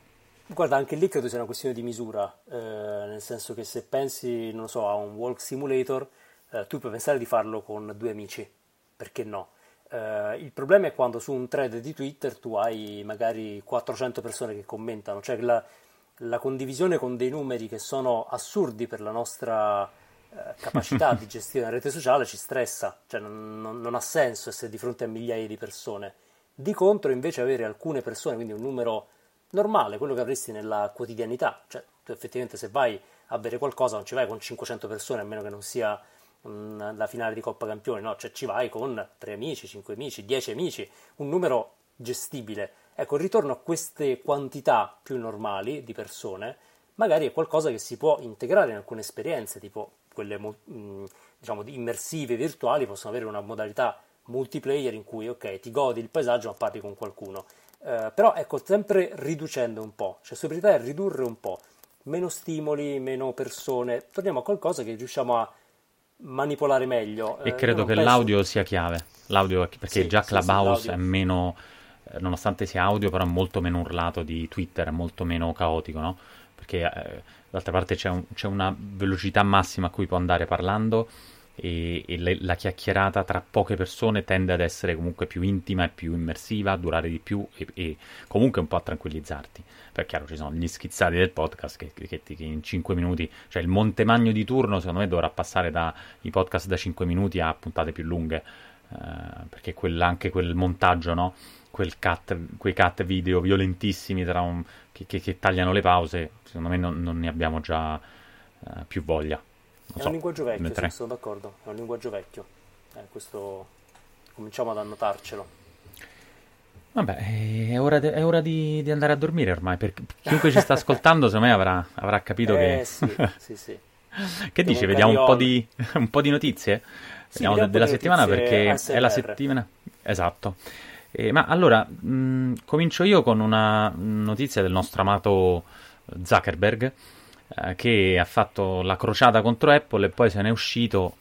Guarda, anche lì credo sia una questione di misura, nel senso che se pensi, non lo so, a un walk simulator, tu puoi pensare di farlo con 2 amici, perché no? Il problema è quando su un thread di Twitter tu hai magari 400 persone che commentano, cioè la condivisione con dei numeri che sono assurdi per la nostra capacità di gestire una rete sociale ci stressa, cioè non ha senso essere di fronte a migliaia di persone. Di contro invece avere alcune persone, quindi un numero normale, quello che avresti nella quotidianità, cioè tu effettivamente se vai a bere qualcosa non ci vai con 500 persone, a meno che non sia la finale di Coppa Campioni, no, cioè ci vai con 3 amici, 5 amici, 10 amici, un numero gestibile. Ecco, il ritorno a queste quantità più normali di persone magari è qualcosa che si può integrare in alcune esperienze, tipo quelle diciamo immersive, virtuali, possono avere una modalità multiplayer in cui ok, ti godi il paesaggio ma parli con qualcuno. Però ecco, sempre riducendo un po', cioè la priorità è ridurre un po', meno stimoli, meno persone, torniamo a qualcosa che riusciamo a manipolare meglio. E credo che l'audio sia chiave, l'audio, perché sì, già Clubhouse sì, è meno, nonostante sia audio, però è molto meno urlato di Twitter, è molto meno caotico, no? Perché d'altra parte c'è una velocità massima a cui può andare parlando e la chiacchierata tra poche persone tende ad essere comunque più intima e più immersiva, a durare di più e comunque un po' a tranquillizzarti. Perché chiaro, ci sono gli schizzati del podcast che in 5 minuti, cioè il Montemagno di turno secondo me dovrà passare dai podcast da 5 minuti a puntate più lunghe, perché anche quel montaggio, no? Quei cut video violentissimi che tagliano le pause, secondo me non ne abbiamo già più voglia. È un linguaggio vecchio, sì, sono d'accordo, è un linguaggio vecchio. Questo cominciamo ad annotarcelo. Vabbè, è ora di andare a dormire ormai, perché chiunque ci sta ascoltando secondo me avrà capito che... Sì. Che dici, vediamo un po' di notizie? Sì, vediamo della settimana perché ASMR. È la settimana... Esatto. Ma allora, comincio io con una notizia del nostro amato Zuckerberg, che ha fatto la crociata contro Apple e poi se n'è uscito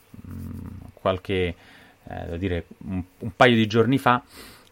devo dire, un paio di giorni fa,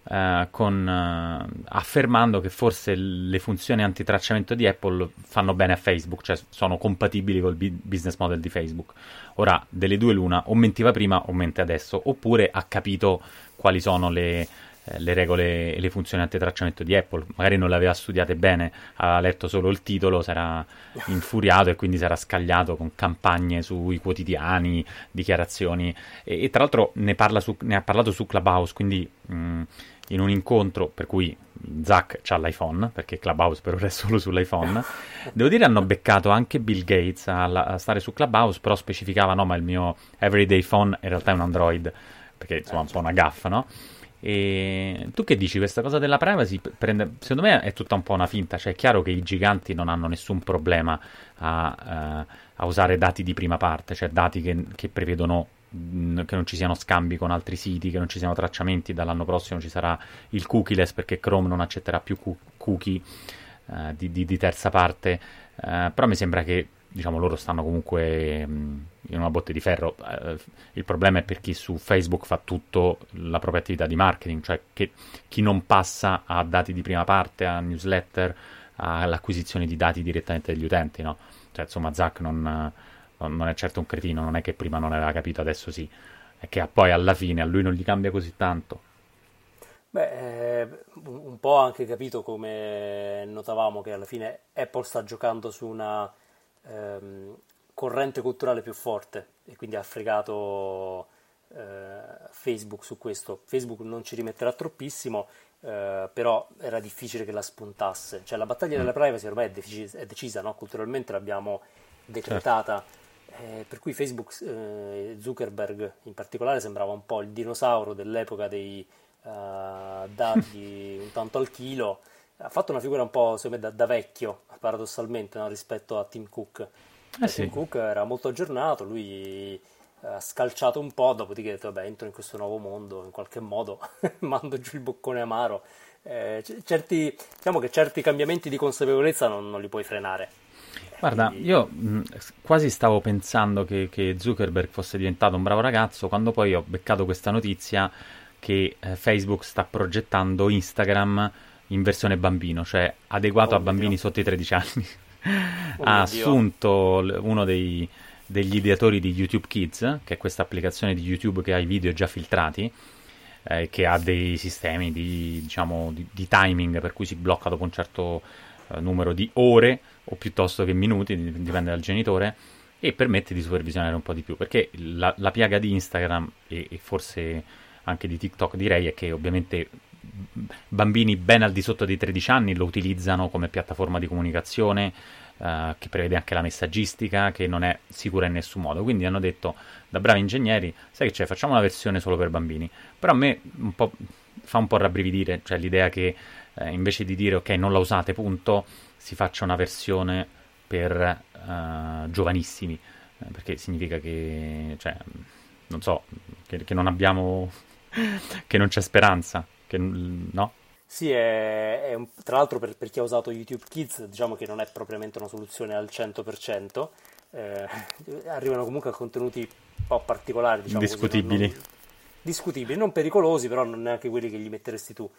affermando che forse le funzioni antitracciamento di Apple fanno bene a Facebook, cioè sono compatibili col business model di Facebook. Ora, delle due l'una, o mentiva prima o mente adesso, oppure ha capito quali sono le regole e le funzioni antitracciamento di Apple, magari non le aveva studiate bene, aveva letto solo il titolo, si era infuriato e quindi si era scagliato con campagne sui quotidiani, dichiarazioni e tra l'altro ne ha parlato su Clubhouse, quindi in un incontro per cui Zuck c'ha l'iPhone, perché Clubhouse per ora è solo sull'iPhone. Devo dire hanno beccato anche Bill Gates a stare su Clubhouse, però specificava no, ma il mio everyday phone in realtà è un Android, perché insomma è un po' una gaffa, no? E tu che dici? Questa cosa della privacy secondo me è tutta un po' una finta, cioè è chiaro che i giganti non hanno nessun problema a usare dati di prima parte, cioè dati che prevedono che non ci siano scambi con altri siti, che non ci siano tracciamenti. Dall'anno prossimo ci sarà il cookieless perché Chrome non accetterà più cookie di terza parte, però mi sembra che diciamo loro stanno comunque in una botte di ferro. Il problema è per chi su Facebook fa tutto la propria attività di marketing, cioè che chi non passa a dati di prima parte, a newsletter, all'acquisizione di dati direttamente dagli utenti, no? Cioè insomma Zuck non è certo un cretino, non è che prima non aveva capito, adesso sì, è che poi alla fine a lui non gli cambia così tanto. Beh, un po' anche capito, come notavamo, che alla fine Apple sta giocando su una corrente culturale più forte e quindi ha fregato Facebook su questo. Facebook non ci rimetterà troppissimo, però era difficile che la spuntasse, cioè la battaglia della privacy ormai è decisa, no? Culturalmente l'abbiamo decretata, per cui Facebook, Zuckerberg in particolare, sembrava un po' il dinosauro dell'epoca dei dati un tanto al chilo. Ha fatto una figura un po' secondo me da vecchio, paradossalmente, no? Rispetto a Tim Cook. Tim Cook era molto aggiornato, lui ha scalciato un po', dopodiché ha detto vabbè, entro in questo nuovo mondo, in qualche modo mando giù il boccone amaro. Diciamo che certi cambiamenti di consapevolezza non li puoi frenare. Guarda, io quasi stavo pensando che Zuckerberg fosse diventato un bravo ragazzo, quando poi ho beccato questa notizia che Facebook sta progettando Instagram in versione bambino, cioè adeguato a bambini sotto i 13 anni. Ha assunto uno degli ideatori di YouTube Kids, che è questa applicazione di YouTube che ha i video già filtrati, che ha dei sistemi di timing per cui si blocca dopo un certo numero di ore o piuttosto che minuti, dipende dal genitore, e permette di supervisionare un po' di più, perché la piaga di Instagram e forse anche di TikTok, direi, è che ovviamente bambini ben al di sotto dei 13 anni lo utilizzano come piattaforma di comunicazione, che prevede anche la messaggistica, che non è sicura in nessun modo. Quindi hanno detto, da bravi ingegneri, sai che c'è, facciamo una versione solo per bambini. Però a me fa un po' rabbrividire, cioè l'idea che invece di dire ok, non la usate, punto, si faccia una versione per giovanissimi, perché significa che, cioè, non so, che non abbiamo, che non c'è speranza, che no? Sì, tra l'altro per chi ha usato YouTube Kids, diciamo che non è propriamente una soluzione al 100%, arrivano comunque a contenuti un po' particolari, diciamo discutibili. Così, discutibili, non pericolosi, però non neanche quelli che gli metteresti tu.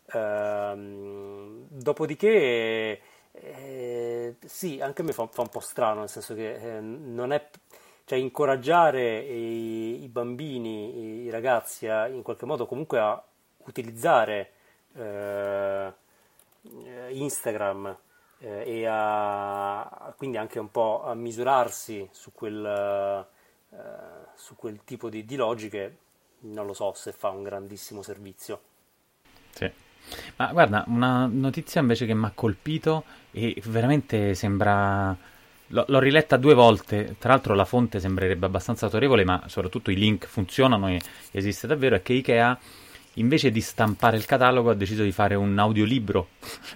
Dopodiché, sì, anche a me fa un po' strano, nel senso che non è... Cioè, incoraggiare i bambini, i ragazzi in qualche modo comunque a utilizzare Instagram quindi anche un po' a misurarsi su quel tipo di logiche, non lo so se fa un grandissimo servizio. Sì. Ma guarda, una notizia invece che mi ha colpito e veramente sembra... L'ho riletta 2 volte, tra l'altro la fonte sembrerebbe abbastanza autorevole, ma soprattutto i link funzionano e esiste davvero, è che Ikea, invece di stampare il catalogo, ha deciso di fare un audiolibro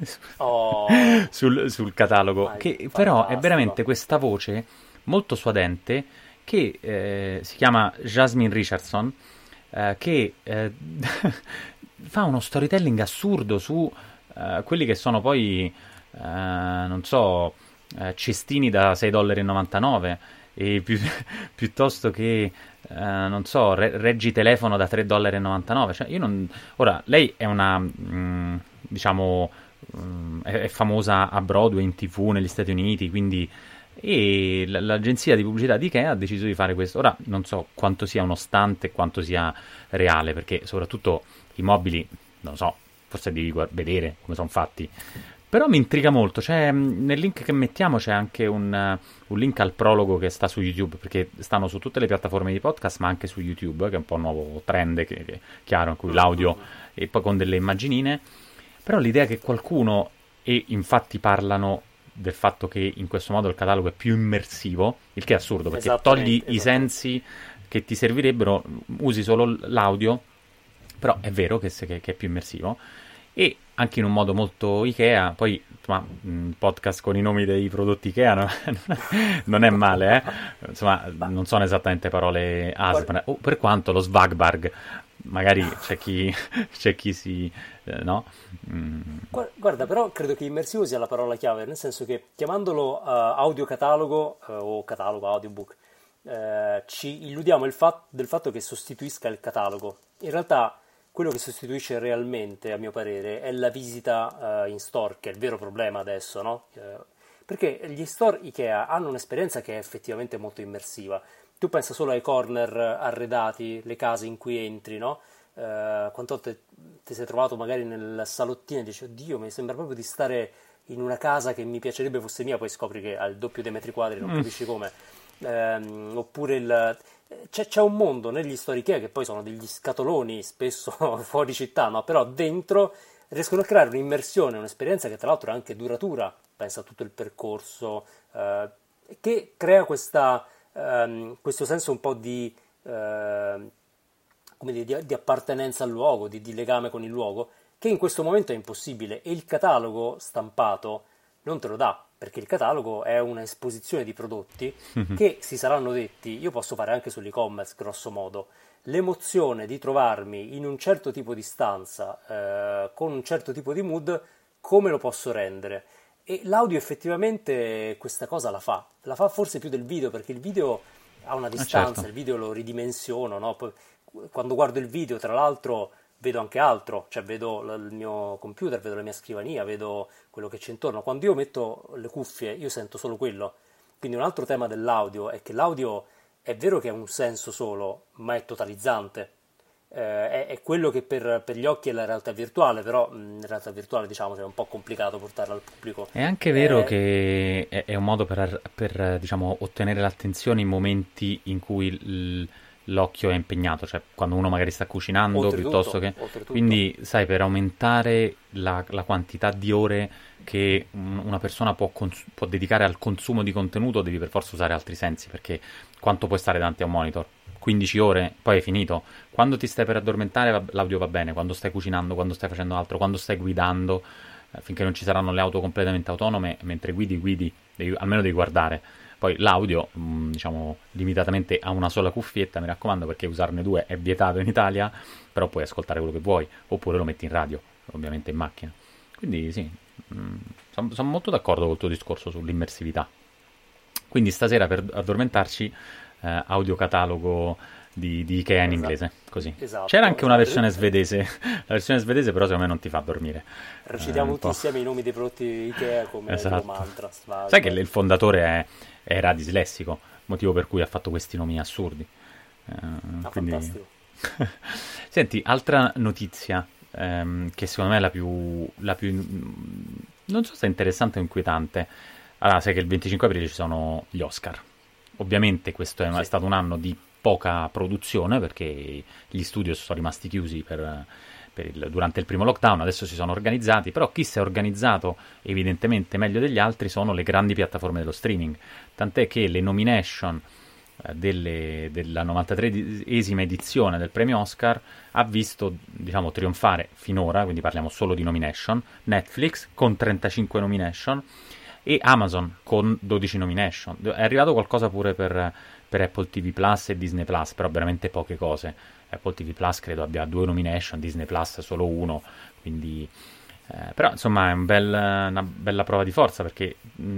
sul catalogo, che però è veramente questa voce molto suadente che si chiama Jasmine Richardson, che fa uno storytelling assurdo su quelli che sono poi, non so, cestini da $6,99 e piuttosto che non so, reggi telefono da $3,99. Cioè, io non... Ora, lei è una diciamo è famosa a Broadway, in TV negli Stati Uniti, quindi, e l'agenzia di pubblicità di Ikea ha deciso di fare questo. Ora non so quanto sia uno stunt e quanto sia reale, perché soprattutto i mobili, non so, forse devi vedere come sono fatti. Però mi intriga molto, cioè nel link che mettiamo c'è anche un link al prologo che sta su YouTube, perché stanno su tutte le piattaforme di podcast, ma anche su YouTube, che è un po' un nuovo trend, che è chiaro, in cui l'audio e poi con delle immaginine. Però l'idea che qualcuno, e infatti parlano del fatto che in questo modo il catalogo è più immersivo, il che è assurdo, perché togli i sensi che ti servirebbero, usi solo l'audio, però è vero che è più immersivo. E anche in un modo molto Ikea, poi insomma, podcast con i nomi dei prodotti Ikea non è male, insomma, non sono esattamente parole ASMR, per quanto lo Svagbarg, magari c'è chi si... no? Guarda, però credo che immersivo sia la parola chiave, nel senso che chiamandolo audiocatalogo o catalogo, audiobook, ci illudiamo del fatto che sostituisca il catalogo. In realtà quello che sostituisce realmente, a mio parere, è la visita in store, che è il vero problema adesso, no? Perché gli store Ikea hanno un'esperienza che è effettivamente molto immersiva. Tu pensa solo ai corner arredati, le case in cui entri, no? Quante volte ti sei trovato magari nel salottino e dici, oddio, mi sembra proprio di stare in una casa che mi piacerebbe fosse mia, poi scopri che ha il doppio dei metri quadri, non capisci come. Oppure c'è un mondo negli store Ikea che poi sono degli scatoloni spesso fuori città, no? Però dentro riescono a creare un'immersione, un'esperienza che tra l'altro è anche duratura, pensa a tutto il percorso, che crea questo senso un po' di appartenenza al luogo, di legame con il luogo, che in questo momento è impossibile, e il catalogo stampato non te lo dà, perché il catalogo è una esposizione di prodotti che si saranno detti, io posso fare anche sull'e-commerce grosso modo, l'emozione di trovarmi in un certo tipo di stanza, con un certo tipo di mood, come lo posso rendere? E l'audio effettivamente questa cosa la fa forse più del video, perché il video ha una distanza, certo. Il video lo ridimensiono, no? Poi, quando guardo il video, tra l'altro, vedo anche altro, cioè vedo il mio computer, vedo la mia scrivania, vedo quello che c'è intorno. Quando io metto le cuffie, io sento solo quello. Quindi un altro tema dell'audio è che l'audio è vero che ha un senso solo, ma è totalizzante. È quello che per gli occhi è la realtà virtuale, però in realtà virtuale, diciamo, cioè, è un po' complicato portarla al pubblico. È anche vero che è un modo diciamo, ottenere l'attenzione in momenti in cui l'occhio è impegnato, cioè quando uno magari sta cucinando, piuttosto che... Quindi, sai, per aumentare la quantità di ore che una persona può dedicare al consumo di contenuto, devi per forza usare altri sensi, perché quanto puoi stare davanti a un monitor? 15 ore, poi è finito. Quando ti stai per addormentare l'audio va bene, quando stai cucinando, quando stai facendo altro, quando stai guidando, finché non ci saranno le auto completamente autonome, mentre guidi, almeno devi guardare. Poi l'audio, diciamo, limitatamente a una sola cuffietta, mi raccomando, perché usarne due è vietato in Italia, però puoi ascoltare quello che vuoi, oppure lo metti in radio, ovviamente in macchina. Quindi sì, sono molto d'accordo col tuo discorso sull'immersività. Quindi stasera per addormentarci, audiocatalogo di Ikea in inglese, così. Esatto, c'era anche una versione svedese, la versione svedese però secondo me non ti fa dormire. Recitiamo tutti insieme i nomi dei prodotti Ikea come mantra. Sai che il fondatore era dislessico, motivo per cui ha fatto questi nomi assurdi. Quindi... Fantastico. Senti, altra notizia che secondo me è la più non so se è interessante o inquietante. Allora, sai che il 25 aprile ci sono gli Oscar. Ovviamente questo è stato un anno di poca produzione perché gli studios sono rimasti chiusi durante il primo lockdown, adesso si sono organizzati, però chi si è organizzato evidentemente meglio degli altri sono le grandi piattaforme dello streaming, tant'è che le nomination della 93esima edizione del premio Oscar ha visto, diciamo, trionfare finora, quindi parliamo solo di nomination, Netflix con 35 nomination e Amazon con 12 nomination. È arrivato qualcosa pure per Apple TV Plus e Disney Plus, però veramente poche cose. Apple TV Plus credo abbia 2 nomination, Disney Plus solo 1, quindi però insomma è una bella prova di forza, perché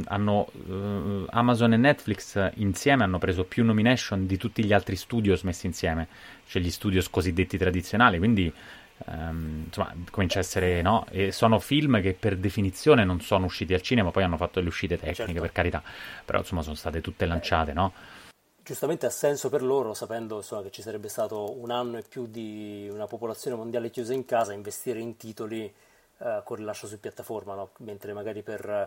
Amazon e Netflix insieme hanno preso più nomination di tutti gli altri studios messi insieme, cioè gli studios cosiddetti tradizionali, quindi insomma comincia a essere, no? E sono film che per definizione non sono usciti al cinema, poi hanno fatto le uscite tecniche, certo, per carità, però insomma sono state tutte lanciate, no? Giustamente ha senso per loro, sapendo insomma, che ci sarebbe stato un anno e più di una popolazione mondiale chiusa in casa, investire in titoli con rilascio su piattaforma, no? Mentre magari per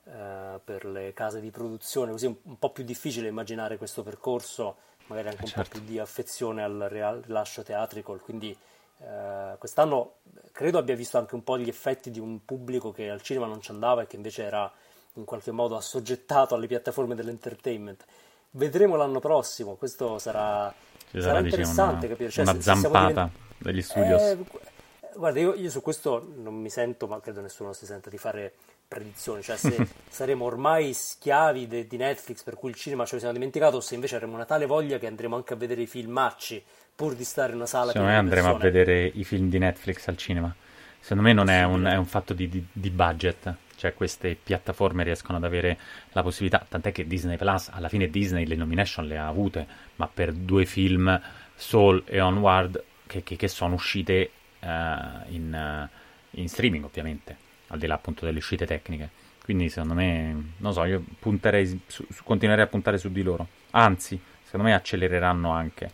le case di produzione così è un po' più difficile immaginare questo percorso, magari anche un po' più di affezione al rilascio theatrical, quindi quest'anno credo abbia visto anche un po' gli effetti di un pubblico che al cinema non ci andava e che invece era in qualche modo assoggettato alle piattaforme dell'entertainment. Vedremo l'anno prossimo, questo sarà interessante capire. Cioè, una zampata degli studios. Guarda, io su questo non mi sento, ma credo nessuno si senta, di fare predizioni, cioè se saremo ormai schiavi di Netflix per cui il cinema ce lo siamo dimenticato, o se invece avremo una tale voglia che andremo anche a vedere i filmacci pur di stare in una sala. Secondo me andremo a vedere i film di Netflix al cinema. Secondo me non è un fatto di budget, cioè queste piattaforme riescono ad avere la possibilità, tant'è che Disney Plus, alla fine Disney le nomination le ha avute, ma per 2 film, Soul e Onward, che sono uscite in streaming ovviamente, al di là appunto delle uscite tecniche. Quindi secondo me, non so, io punterei continuerei a puntare su di loro, anzi secondo me accelereranno anche.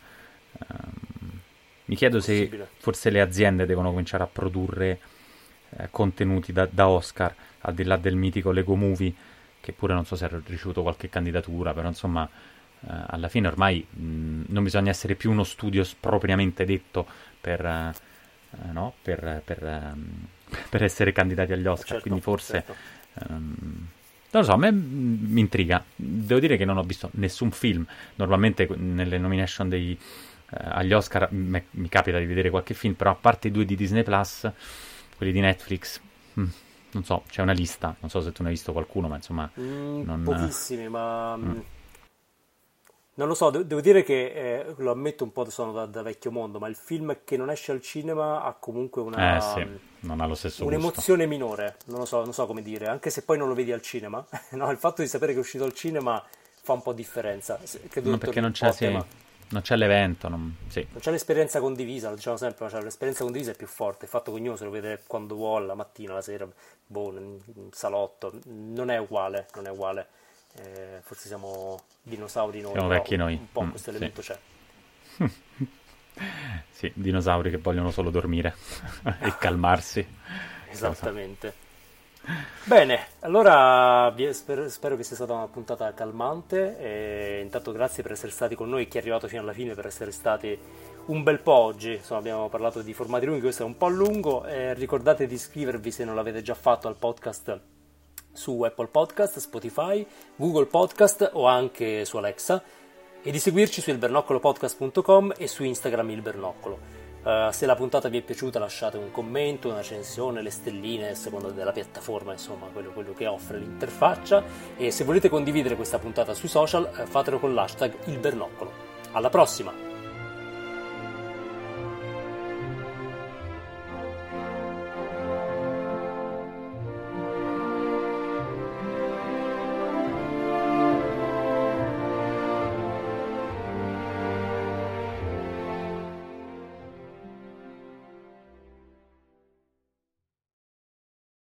Mi chiedo se forse le aziende devono cominciare a produrre contenuti da Oscar, al di là del mitico Lego Movie, che pure non so se ha ricevuto qualche candidatura, però insomma alla fine ormai non bisogna essere più uno studio propriamente detto per essere candidati agli Oscar, certo, quindi forse certo. Non lo so, a me mi intriga. Devo dire che non ho visto nessun film. Normalmente nelle nomination agli Oscar mi capita di vedere qualche film, però a parte i 2 di Disney Plus, quelli di Netflix, non so, c'è una lista, non so se tu ne hai visto qualcuno, ma insomma pochissimi, ma non lo so, devo dire che lo ammetto, un po' sono da vecchio mondo, ma il film che non esce al cinema ha comunque non ha lo stesso un'emozione minore, non so come dire, anche se poi non lo vedi al cinema. No, il fatto di sapere che è uscito al cinema fa un po' differenza. No, perché non c'è Non c'è l'evento, sì. Non c'è l'esperienza condivisa, lo diciamo sempre, ma l'esperienza condivisa è più forte. Il fatto che ognuno se lo vede quando vuole, la mattina, la sera, nel salotto, non è uguale, non è uguale. Forse siamo dinosauri noi, siamo vecchi noi. Un po' questo elemento sì. c'è. Sì, dinosauri che vogliono solo dormire e calmarsi. Esattamente. Bene, allora spero che sia stata una puntata calmante e intanto grazie per essere stati con noi, chi è arrivato fino alla fine, per essere stati un bel po' oggi. Insomma, abbiamo parlato di formati lunghi, questo è un po' lungo, ricordate di iscrivervi se non l'avete già fatto al podcast su Apple Podcast, Spotify, Google Podcast o anche su Alexa, e di seguirci su ilbernoccolopodcast.com e su Instagram Il Bernoccolo. Se la puntata vi è piaciuta lasciate un commento, una recensione, le stelline a seconda della piattaforma, insomma quello che offre l'interfaccia, e se volete condividere questa puntata sui social fatelo con l'hashtag Il Bernoccolo. Alla prossima!